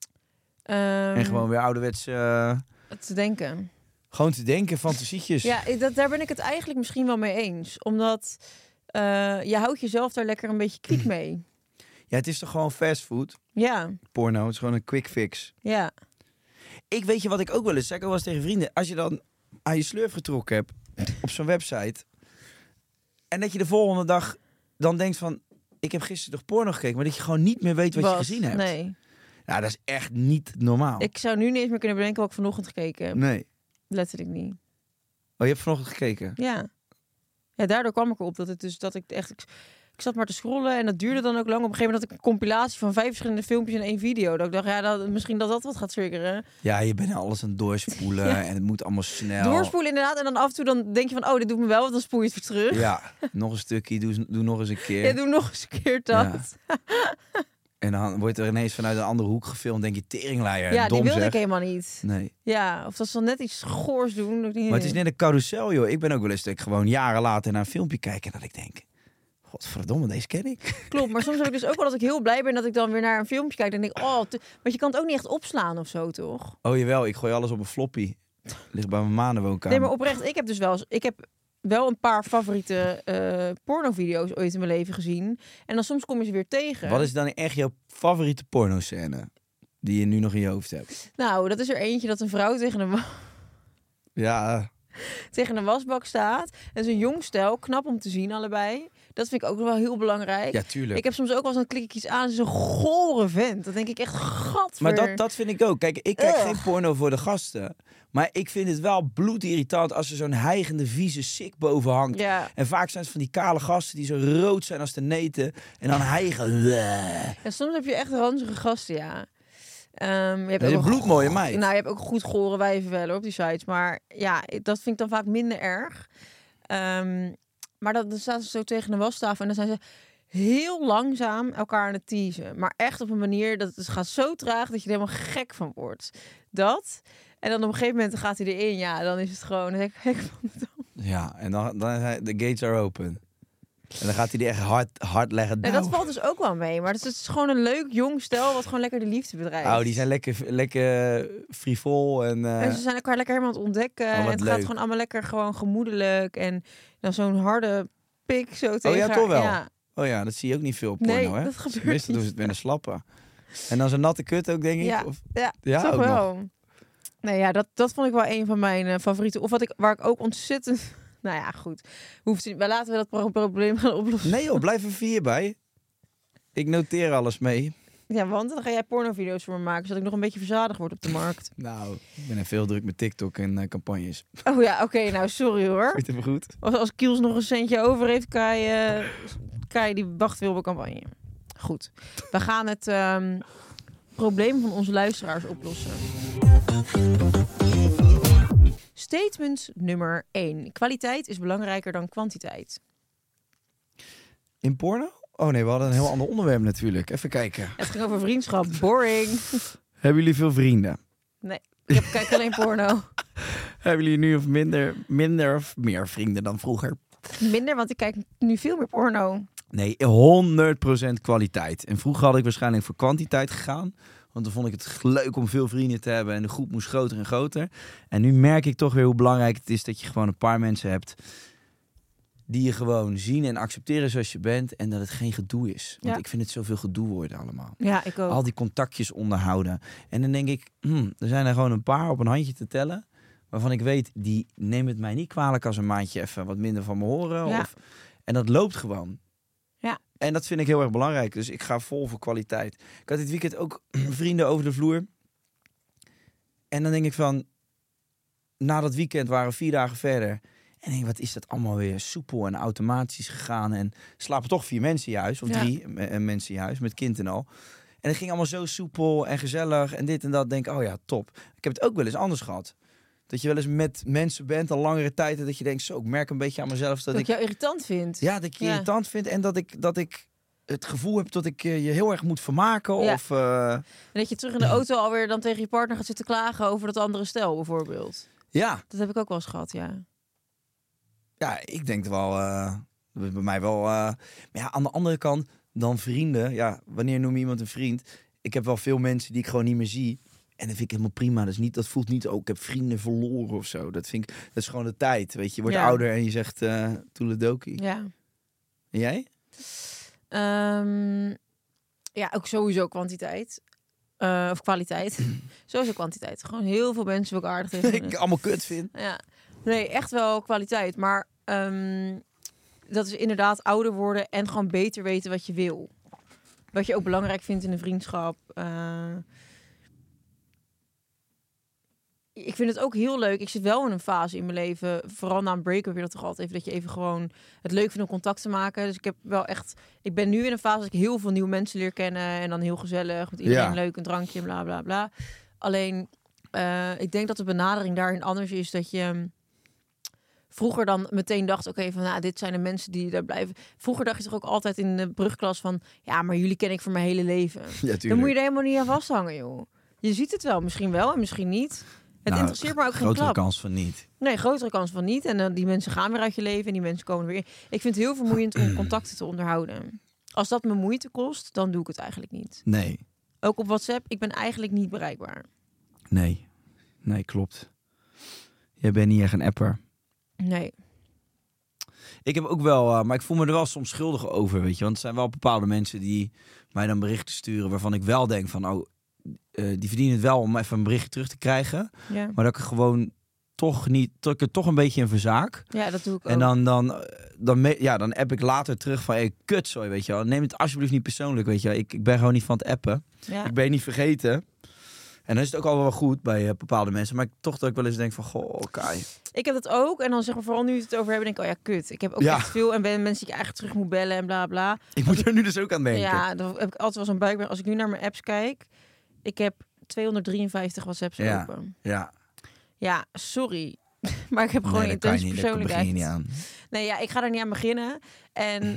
En gewoon weer ouderwets, te denken. gewoon te denken, fantasietjes. Ja, daar ben ik het eigenlijk misschien wel mee eens. Omdat je houdt jezelf daar lekker een beetje kwiek mee. Ja, het is toch gewoon fastfood, Ja, porno. Het is gewoon een quick fix. ja. Ik weet je wat ik ook wel eens zeg, ik wel eens tegen vrienden. Als je dan aan je slurf getrokken hebt op zo'n website. En dat je de volgende dag dan denkt van, ik heb gisteren toch porno gekeken. Maar dat je gewoon niet meer weet wat je gezien hebt. Nee. Ja, dat is echt niet normaal. Ik zou nu niet eens meer kunnen bedenken wat ik vanochtend gekeken heb. Nee. Letterlijk niet. Oh, je hebt vanochtend gekeken? Ja. Ja, daardoor kwam ik erop dat ik echt... Ik zat maar te scrollen en dat duurde dan ook lang. Op een gegeven moment had ik een compilatie van 5 verschillende filmpjes in 1 video. Dat ik dacht, ja, misschien dat wat gaat triggeren. Ja, je bent alles aan het doorspoelen Ja. en het moet allemaal snel. Doorspoelen inderdaad. En dan af en toe dan denk je van, oh, dit doet me wel. Want dan spoel je het weer terug. Ja, nog een stukje, doe nog eens een keer. Ja, doe nog eens een keer dat. En dan wordt er ineens vanuit een andere hoek gefilmd. Denk je, teringleier. Ja, dom, die wilde zeg. ik helemaal niet. Nee. Ja, of dat ze dan net iets goors doen. Dat ik denk, Maar het is net een carousel, joh. Ik ben ook wel eens dat ik gewoon jaren later naar een filmpje kijk en dat ik denk, godverdomme, deze ken ik. Klopt, maar soms heb ik dus ook wel dat ik heel blij ben dat ik dan weer naar een filmpje kijk en denk, want je kan het ook niet echt opslaan of zo, toch? Oh jawel, ik gooi alles op een floppy. Ligt bij mijn manenwoonkamer. Nee, maar oprecht, ik heb wel een paar favoriete pornovideo's ooit in mijn leven gezien. En dan soms kom je ze weer tegen. Wat is dan echt jouw favoriete pornoscène die je nu nog in je hoofd hebt? Nou, dat is er eentje dat een vrouw Ja, tegen een wasbak staat. En zo'n jong stel, knap om te zien allebei. Dat vind ik ook wel heel belangrijk. ja, tuurlijk. Ik heb soms ook wel eens, dan klik ik iets aan, zo'n gore vent. Dan denk ik echt, gadver. Maar dat vind ik ook. Kijk, ik kijk geen porno voor de gasten. Maar ik vind het wel bloedirritant als er zo'n hijgende, vieze sik boven hangt. Ja. En vaak zijn het van die kale gasten die zo rood zijn als de neten. En dan hijgen. Ja, soms heb je echt ranzige gasten, ja. Je hebt Dat is ook een bloedmooie meid. Nou, je hebt ook goed gore wijven wel hoor, op die sites. Maar ja, dat vind ik dan vaak minder erg. Maar dan staan ze zo tegen een wastafel en dan zijn ze heel langzaam elkaar aan het teasen. Maar echt op een manier dat het gaat zo traag dat je er helemaal gek van wordt. Dat. En dan op een gegeven moment gaat hij erin. Ja, dan is het gewoon hek van de dam. Ja, en dan is hij, de gates are open. En dan gaat hij die echt hard leggen. En dat valt dus ook wel mee. Maar het is gewoon een leuk jong stel wat gewoon lekker de liefde bedrijft. Oh, die zijn lekker frivol. En ze zijn elkaar lekker helemaal aan het ontdekken. wat En het leuk. gaat gewoon allemaal lekker gewoon gemoedelijk. En dan zo'n harde pik zo tegen ja, haar. toch wel? Ja. Oh ja, dat zie je ook niet veel op porno, Nee, hè? dat gebeurt Meestal doen ze het met een slappe. En dan zo'n natte kut ook, denk ik. Ja, Of... ja, toch ook wel. Nee, ja, dat vond ik wel een van mijn favorieten. Of waar ik ook ontzettend Nou ja, goed. Laten we dat probleem gaan oplossen. Nee joh, blijf even hierbij. Ik noteer alles mee. Ja, want dan ga jij pornovideo's voor me maken, zodat ik nog een beetje verzadigd word op de markt. Nou, ik ben er veel druk met TikTok en campagnes. Oh ja, oké, nou sorry hoor. Goed even goed. Als Kiels nog een centje over heeft, kan je die wachtwilbe-campagne. Goed. We gaan het probleem van onze luisteraars oplossen. Statement nummer 1. Kwaliteit is belangrijker dan kwantiteit. In porno? Oh nee, we hadden een heel ander onderwerp natuurlijk. Even kijken. Het ging over vriendschap. Boring. Hebben jullie veel vrienden? Nee, kijk alleen porno. Hebben jullie nu of minder of meer vrienden dan vroeger? Minder, want ik kijk nu veel meer porno. Nee, 100% kwaliteit. En vroeger had ik waarschijnlijk voor kwantiteit gegaan. Want dan vond ik het leuk om veel vrienden te hebben. En de groep moest groter en groter. En nu merk ik toch weer hoe belangrijk het is dat je gewoon een paar mensen hebt die je gewoon zien en accepteren zoals je bent. En dat het geen gedoe is. Want ik vind het zoveel gedoe worden allemaal. Ja, ik ook. Al die contactjes onderhouden. En dan denk ik, er zijn er gewoon een paar op een handje te tellen. Waarvan ik weet, die nemen het mij niet kwalijk als een maandje even wat minder van me horen. Ja. En dat loopt gewoon. Ja. En dat vind ik heel erg belangrijk. Dus ik ga vol voor kwaliteit. Ik had dit weekend ook vrienden over de vloer. En dan denk ik van, na dat weekend waren we 4 dagen verder. En denk, wat is dat allemaal weer soepel en automatisch gegaan. En slapen toch 4 mensen in je huis. Of 3 mensen in je huis, met kind en al. En het ging allemaal zo soepel en gezellig. En dit en dat. Denk, oh ja, top. Ik heb het ook wel eens anders gehad. Dat je wel eens met mensen bent al langere tijd. En dat je denkt, zo, ik merk een beetje aan mezelf. Dat ik jou irritant vind. Ja, dat ik je irritant vind. En dat ik het gevoel heb dat ik je heel erg moet vermaken. Ja. Of, En dat je terug in de auto alweer dan tegen je partner gaat zitten klagen over dat andere stel, bijvoorbeeld. Ja. Dat heb ik ook wel eens gehad, ja. Ja, ik denk wel, bij mij wel. Maar ja, aan de andere kant, dan vrienden. Ja, wanneer noem je iemand een vriend? Ik heb wel veel mensen die ik gewoon niet meer zie. En dat vind ik helemaal prima. Dat voelt niet, ik heb vrienden verloren of zo. Dat is gewoon de tijd, weet je. Je wordt ouder en je zegt toeledoki. Ja. En jij? Ja, ook sowieso kwantiteit. Of kwaliteit. Sowieso kwantiteit. Gewoon heel veel mensen wil ik aardig tegen. Ik allemaal kut vind. Ja. Nee, echt wel kwaliteit. Maar dat is inderdaad ouder worden en gewoon beter weten wat je wil. Wat je ook belangrijk vindt in een vriendschap. Ik vind het ook heel leuk. Ik zit wel in een fase in mijn leven, vooral na een break-up, weer dat toch altijd even dat je even gewoon het leuk vindt om contact te maken. Dus ik ben nu in een fase dat ik heel veel nieuwe mensen leer kennen en dan heel gezellig met iedereen leuk, een drankje, bla bla bla. Alleen, ik denk dat de benadering daarin anders is, dat je vroeger dan meteen dacht, oké, van dit zijn de mensen die daar blijven. Vroeger dacht je toch ook altijd in de brugklas van, ja, maar jullie ken ik voor mijn hele leven. Ja, dan moet je er helemaal niet aan vasthangen, joh. Je ziet het wel, misschien wel en misschien niet. Het interesseert me ook geen klap. Grotere kans van niet. Nee, grotere kans van niet. En die mensen gaan weer uit je leven en die mensen komen weer in. Ik vind het heel vermoeiend om contacten te onderhouden. Als dat me moeite kost, dan doe ik het eigenlijk niet. Nee. Ook op WhatsApp, ik ben eigenlijk niet bereikbaar. Nee, klopt. Jij bent niet echt een apper. Nee. Ik heb ook wel, maar ik voel me er wel soms schuldig over, weet je. Want er zijn wel bepaalde mensen die mij dan berichten sturen waarvan ik wel denk van, die verdienen het wel om even een berichtje terug te krijgen. Ja. Maar dat ik gewoon toch niet, dat ik het toch een beetje in verzaak. Ja, dat doe ik ook. En dan app ik later terug van, kutzooi, weet je wel. Neem het alsjeblieft niet persoonlijk, weet je wel. Ik ben gewoon niet van het appen. Ja. Ik ben je niet vergeten. En dan is het ook al wel goed bij bepaalde mensen. Maar toch dat ik wel eens denk van, goh, Kai. Ik heb dat ook. En dan zeg maar, vooral nu het over hebben, denk ik, kut. Ik heb ook echt veel. En ben mensen die ik eigenlijk terug moet bellen en bla bla. Ik moet er nu dus ook aan denken. Ja, dan heb ik altijd wel zo'n buik. Als ik nu naar mijn apps kijk, ik heb 253 WhatsApps open. Ja, sorry. Maar ik heb gewoon intense persoonlijkheid. Niet aan. Nee, ik ga er niet aan beginnen. En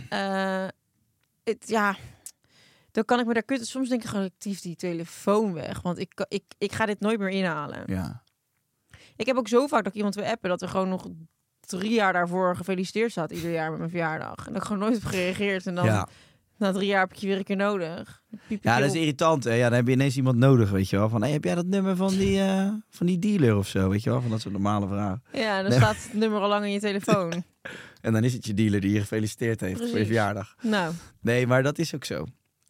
dan kan ik me daar kutten. Soms denk ik gewoon actief die telefoon weg. Want ik ga dit nooit meer inhalen. Ja. Ik heb ook zo vaak dat ik iemand wil appen dat er gewoon nog 3 jaar daarvoor gefeliciteerd staat ieder jaar met mijn verjaardag. En dat ik gewoon nooit heb gereageerd. En dan na 3 jaar heb ik je weer een keer nodig. Ja, dat is irritant. Hè? Ja, dan heb je ineens iemand nodig, weet je wel. Van, heb jij dat nummer van die dealer of zo? Weet je wel, van dat soort normale vragen. Ja, dan staat het nummer al lang in je telefoon. En dan is het je dealer die je gefeliciteerd heeft voor je verjaardag. Nou. Nee, maar dat is ook zo.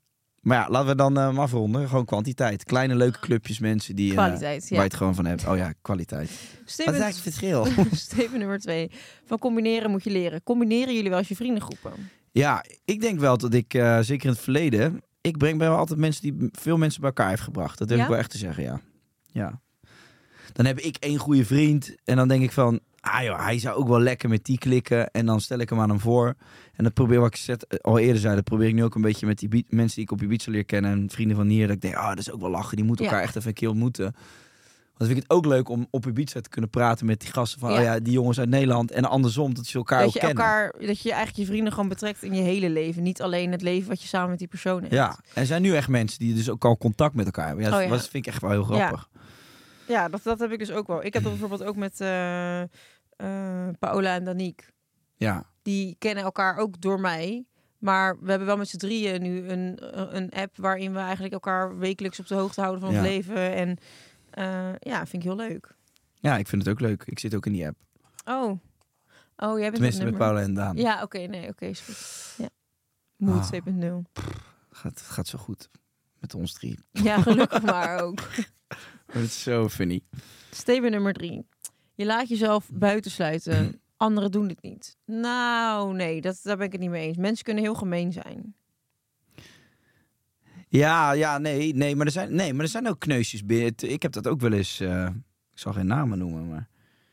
Maar ja, laten we dan maar afronden. Gewoon kwantiteit. Kleine leuke clubjes mensen die Kwaliteit, waar je het gewoon van hebt. Oh ja, kwaliteit. Wat is eigenlijk het verschil? Statement nummer 2. Van combineren moet je leren. Combineren jullie wel als je vriendengroepen? Ja, ik denk wel dat ik, zeker in het verleden... Ik ben wel altijd veel mensen bij elkaar heeft gebracht. Dat durf ik wel echt te zeggen, ja. Dan heb ik 1 goede vriend en dan denk ik van... hij zou ook wel lekker met die klikken. En dan stel ik hem aan hem voor. En dat probeer wat ik al eerder zei. Dat probeer ik nu ook een beetje met die mensen die ik op Ibiza leer kennen. En vrienden van hier. Dat ik denk, dat is ook wel lachen. Die moeten elkaar echt even een keer ontmoeten. Want dan vind ik het ook leuk om op Ibiza te kunnen praten met die gasten. Van die jongens uit Nederland. En andersom, dat je elkaar ook kennen. Dat je eigenlijk je vrienden gewoon betrekt in je hele leven. Niet alleen het leven wat je samen met die persoon hebt. Ja, en er zijn nu echt mensen die dus ook al contact met elkaar hebben. Ja, dat vind ik echt wel heel grappig. Ja, dat heb ik dus ook wel. Ik heb dat bijvoorbeeld ook met Paola en Danique. Ja. Die kennen elkaar ook door mij. Maar we hebben wel met z'n drieën nu een app waarin we eigenlijk elkaar wekelijks op de hoogte houden van het leven. En vind ik heel leuk. Ja, ik vind het ook leuk. Ik zit ook in die app. Oh, jij bent tenminste met Paola en Daan. Ja, oké, is goed. Ja. Mood 2.0. Gaat zo goed met ons 3. Ja, gelukkig maar ook. Dat is zo funny. Statement nummer 3. Je laat jezelf buitensluiten. Anderen doen dit niet. Nou, nee, daar ben ik het niet mee eens. Mensen kunnen heel gemeen zijn. Nee, maar er zijn ook kneusjes binnen. Ik heb dat ook wel eens... ik zal geen namen noemen, maar...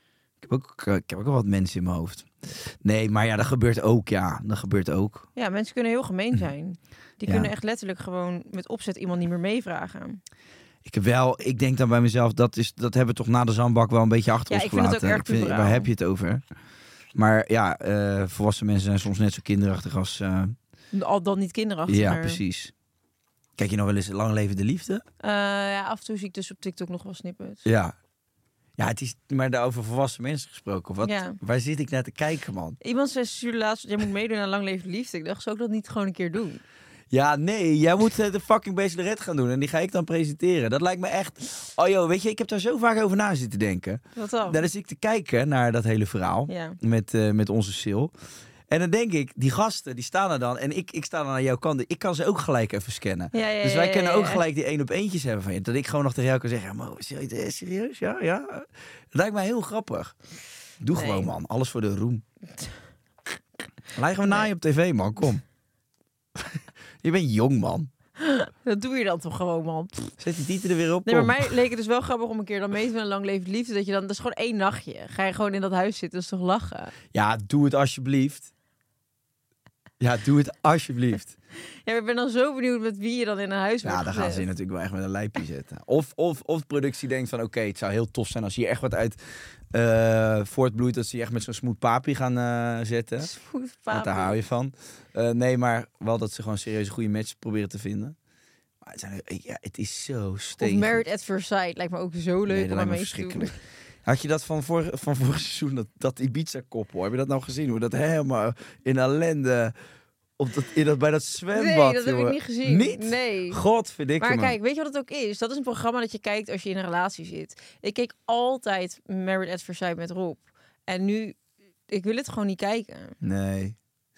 Ik heb ook wel wat mensen in mijn hoofd. Nee, maar ja, dat gebeurt ook, Dat gebeurt ook. Ja, mensen kunnen heel gemeen zijn. Die kunnen echt letterlijk gewoon met opzet iemand niet meer meevragen. Ik denk dan bij mezelf, dat hebben we toch na de zandbak wel een beetje achter ons gelaten. Ik vind het ook erg waar heb je het over? Maar ja, volwassen mensen zijn soms net zo kinderachtig als... Al dan niet kinderachtig. Ja, precies. Kijk je nog wel eens Lang Leven de Liefde? Af en toe zie ik dus op TikTok nog wel snippets. Ja. Ja, het is maar over volwassen mensen gesproken. Waar zit ik naar te kijken, man? Iemand zei laatst, jij moet meedoen aan Lang Leven de Liefde. Ik dacht, zou ik dat niet gewoon een keer doen? Ja, nee, jij moet de fucking Bachelorette gaan doen en die ga ik dan presenteren. Dat lijkt me echt... Oh joh, weet je, ik heb daar zo vaak over na zitten denken. Wat dan? Dan zit ik te kijken naar dat hele verhaal met onze Sil. En dan denk ik, die gasten, die staan er dan. En ik sta dan aan jouw kant. Ik kan ze ook gelijk even scannen. Dus wij kunnen ook gelijk die 1-op-1'tjes hebben van je. Dat ik gewoon nog tegen jou kan zeggen, maar serieus? Ja. Dat lijkt mij heel grappig. Doe gewoon, man. Alles voor de roem. Lijken we na je op tv, man. Kom. Je bent jong, man. Dat doe je dan toch gewoon, man. Zet die titel er weer op. Nee, maar mij leek het dus wel grappig om een keer dan mee te doen aan Lang Leven de Liefde. Dat is gewoon 1 nachtje. Ga je gewoon in dat huis zitten, dat is toch lachen? Ja, doe het alsjeblieft. Ja, doe het alsjeblieft. Ja, ik ben dan zo benieuwd met wie je dan in een huis wordt Ja, dan gaan ze je natuurlijk wel echt met een lijpje zetten. Of de productie denkt van oké, het zou heel tof zijn als hier echt wat uit voortbloeit. Dat ze je echt met zo'n smooth papi gaan zetten. Smooth papi. Want daar hou je van. Nee, maar wel dat ze gewoon serieus een goede match proberen te vinden. Maar het is zo steengoed. Of Married at First Sight lijkt me ook zo leuk om aan mee te doen. Had je dat van vorig seizoen, dat Ibiza-koppel? Heb je dat nou gezien? Hoe dat helemaal in ellende bij dat zwembad, Nee, dat jongen. heb ik niet gezien. Niet? Nee. Godverdikke, Maar man. kijk, weet je wat het ook is? Dat is een programma dat je kijkt als je in een relatie zit. Ik keek altijd Married at First Sight met Rob. En nu, ik wil het gewoon niet kijken. Nee.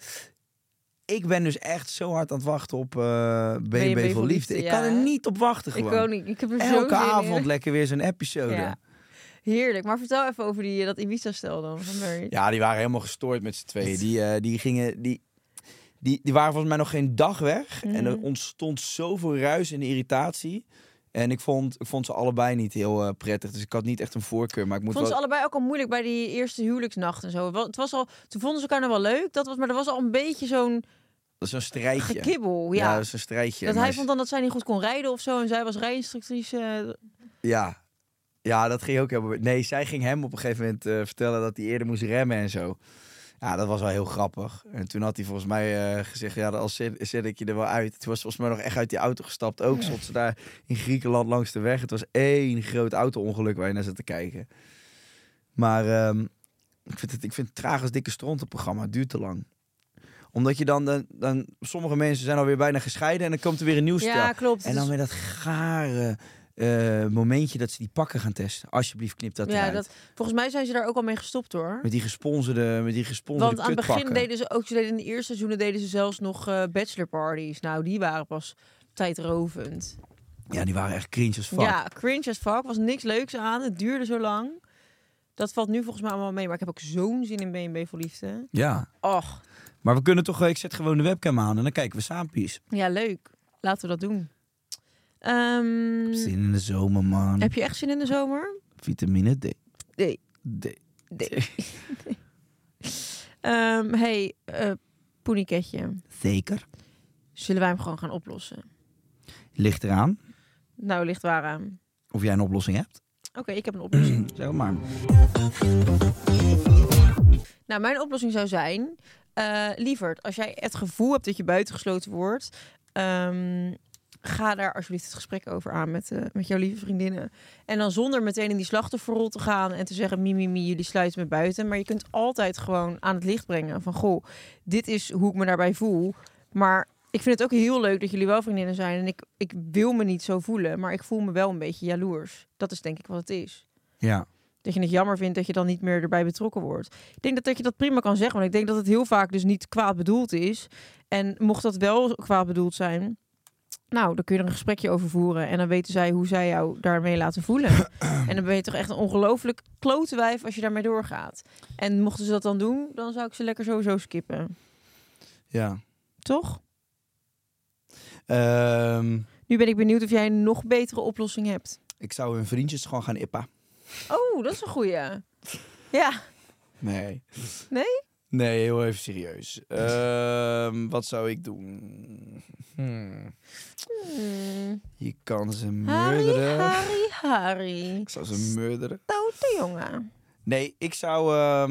Ik ben dus echt zo hard aan het wachten op B&B voor Liefde. Ik kan er niet op wachten gewoon. Ik ook niet. Ik heb er Elke zo zin avond in. lekker weer zo'n episode. Ja. Heerlijk. Maar vertel even over dat Ibiza-stel dan van Married. Ja, die waren helemaal gestoord met z'n tweeën. Die waren volgens mij nog geen dag weg. En er ontstond zoveel ruis en irritatie. En ik vond ze allebei niet heel prettig. Dus ik had niet echt een voorkeur. Maar ik vond ze allebei ook al moeilijk bij die eerste huwelijksnacht en zo. Het was al, toen vonden ze elkaar nog wel leuk. Maar er was al een beetje zo'n... Dat is een strijdje. Gekibbel, ja. Dat is een strijdje. Dat hij vond dan dat zij niet goed kon rijden of zo. En zij was rijinstructrice. Ja, dat ging ook helemaal... Nee, zij ging hem op een gegeven moment vertellen dat hij eerder moest remmen en zo. Ja, dat was wel heel grappig. En toen had hij volgens mij gezegd, ja, als zet ik je er wel uit. Toen was volgens mij nog echt uit die auto gestapt. Ook stond ze daar in Griekenland langs de weg. Het was 1 groot auto-ongeluk waar je naar zat te kijken. Maar ik vind het traag als dikke stront, het programma. Het duurt te lang. Omdat je dan sommige mensen zijn alweer bijna gescheiden en dan komt er weer een nieuw stel. Ja, klopt. En dan weer dat gare momentje dat ze die pakken gaan testen. Alsjeblieft, knip dat eruit. Volgens mij zijn ze daar ook al mee gestopt, hoor. Met die gesponsorde Want aan het begin kutpakken. deden ze ook, in de eerste seizoenen deden ze zelfs nog bachelor parties. Nou, die waren pas tijdrovend. Ja, die waren echt cringe as fuck. Ja, cringe as fuck. Was niks leuks aan. Het duurde zo lang. Dat valt nu volgens mij allemaal mee. Maar ik heb ook zo'n zin in B&B voor Liefde. Ja. Och. Maar we kunnen toch... Ik zet gewoon de webcam aan en dan kijken we saampjes. Ja, leuk. Laten we dat doen. Zin in de zomer, man. Heb je echt zin in de zomer? Vitamine D. Nee. D. Hey, Poenieketje. Zeker. Zullen wij hem gewoon gaan oplossen? Ligt eraan. Nou, ligt waar aan. Of jij een oplossing hebt. Oké, ik heb een oplossing. Zeg maar. Nou, mijn oplossing zou zijn... lieverd, als jij het gevoel hebt dat je buitengesloten wordt... ga daar alsjeblieft het gesprek over aan met jouw lieve vriendinnen. En dan zonder meteen in die slachtofferrol te gaan... en te zeggen, mimi, jullie sluiten me buiten. Maar je kunt altijd gewoon aan het licht brengen van... goh, dit is hoe ik me daarbij voel. Maar ik vind het ook heel leuk dat jullie wel vriendinnen zijn. En ik wil me niet zo voelen, maar ik voel me wel een beetje jaloers. Dat is denk ik wat het is. Ja. Dat je het jammer vindt dat je dan niet meer erbij betrokken wordt. Ik denk dat je dat prima kan zeggen. Want ik denk dat het heel vaak dus niet kwaad bedoeld is. En mocht dat wel kwaad bedoeld zijn... nou, dan kun je er een gesprekje over voeren. En dan weten zij hoe zij jou daarmee laten voelen. En dan ben je toch echt een ongelooflijk klote wijf als je daarmee doorgaat. En mochten ze dat dan doen, dan zou ik ze lekker sowieso skippen. Ja. Toch? Nu ben ik benieuwd of jij een nog betere oplossing hebt. Ik zou hun vriendjes gewoon gaan ippen. Oh, dat is een goeie. Ja. Nee. Nee? Nee, heel even serieus. Wat zou ik doen? Je kan ze murderen. Harry. Ik zou ze murderen. Stoute jongen. Nee, ik zou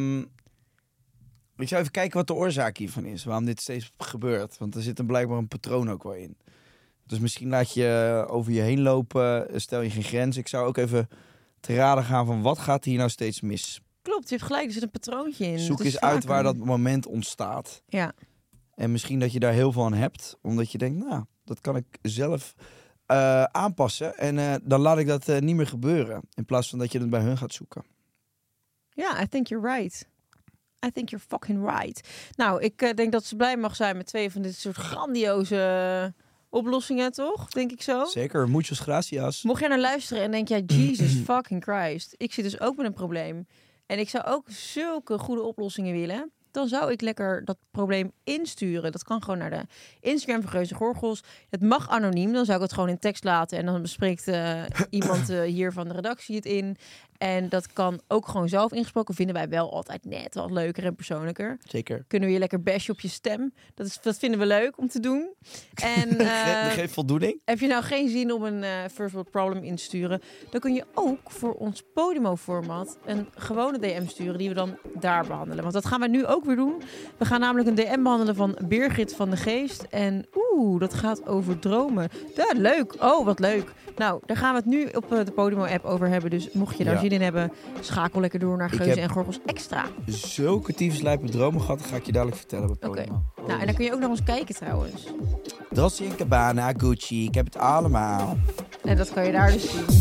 even kijken wat de oorzaak hiervan is. Waarom dit steeds gebeurt. Want er zit er blijkbaar een patroon ook wel in. Dus misschien laat je over je heen lopen. Stel je geen grens. Ik zou ook even te raden gaan van wat gaat hier nou steeds mis. Klopt, je hebt gelijk. Er zit een patroontje in. Zoek eens uit waar dat moment ontstaat. Ja. En misschien dat je daar heel veel aan hebt. Omdat je denkt, nou, dat kan ik zelf aanpassen. En dan laat ik dat niet meer gebeuren. In plaats van dat je het bij hun gaat zoeken. Ja, I think you're right. I think you're fucking right. Nou, ik denk dat ze blij mag zijn met 2 van dit soort grandioze oplossingen, toch? Denk ik zo. Zeker, muchas gracias. Mocht jij naar luisteren en denk jij, Jesus fucking Christ. Ik zit dus ook met een probleem. En ik zou ook zulke goede oplossingen willen. Dan zou ik lekker dat probleem insturen. Dat kan gewoon naar de Instagram van Geuze Gorgels. Het mag anoniem. Dan zou ik het gewoon in tekst laten. En dan bespreekt iemand hier van de redactie het in. En dat kan ook gewoon zelf ingesproken. Vinden wij wel altijd net wat leuker en persoonlijker. Zeker. Kunnen we je lekker bashen op je stem. Dat vinden we leuk om te doen. En Geef voldoening. heb je nou geen zin om een first world problem in te sturen, dan kun je ook voor ons Podimo-format een gewone DM sturen die we dan daar behandelen. Want dat gaan we nu ook weer doen. We gaan namelijk een DM behandelen van Birgit van de Geest. En dat gaat over dromen. Ja, leuk. Oh, wat leuk. Nou, daar gaan we het nu op de Podimo-app over hebben. Dus mocht je daar zin in hebben, schakel lekker door naar Geuze en Gorgels Extra. Zulke tyfuslijpe dromen gehad, ga ik je dadelijk vertellen. Oké. Nou, en dan kun je ook nog eens kijken trouwens. Dolce & Gabbana, Gucci, ik heb het allemaal. En dat kan je daar dus zien.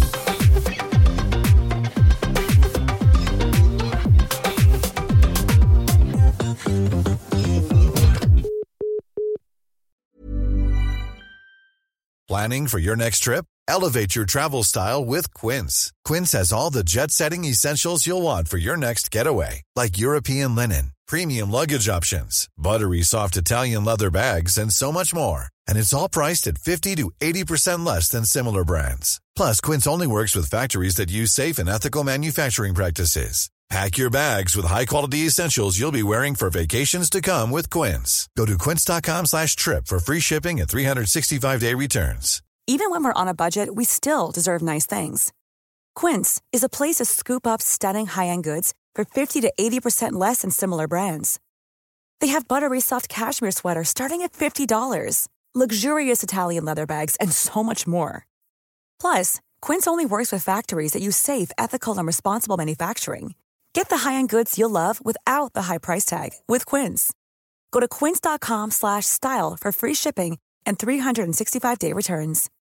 Planning for your next trip? Elevate your travel style with Quince. Quince has all the jet-setting essentials you'll want for your next getaway, like European linen, premium luggage options, buttery soft Italian leather bags, and so much more. And it's all priced at 50 to 80% less than similar brands. Plus, Quince only works with factories that use safe and ethical manufacturing practices. Pack your bags with high-quality essentials you'll be wearing for vacations to come with Quince. Go to quince.com/trip for free shipping and 365-day returns. Even when we're on a budget, we still deserve nice things. Quince is a place to scoop up stunning high-end goods for 50 to 80% less than similar brands. They have buttery soft cashmere sweaters starting at $50, luxurious Italian leather bags, and so much more. Plus, Quince only works with factories that use safe, ethical, and responsible manufacturing. Get the high-end goods you'll love without the high price tag with Quince. Go to quince.com/style for free shipping and 365-day returns.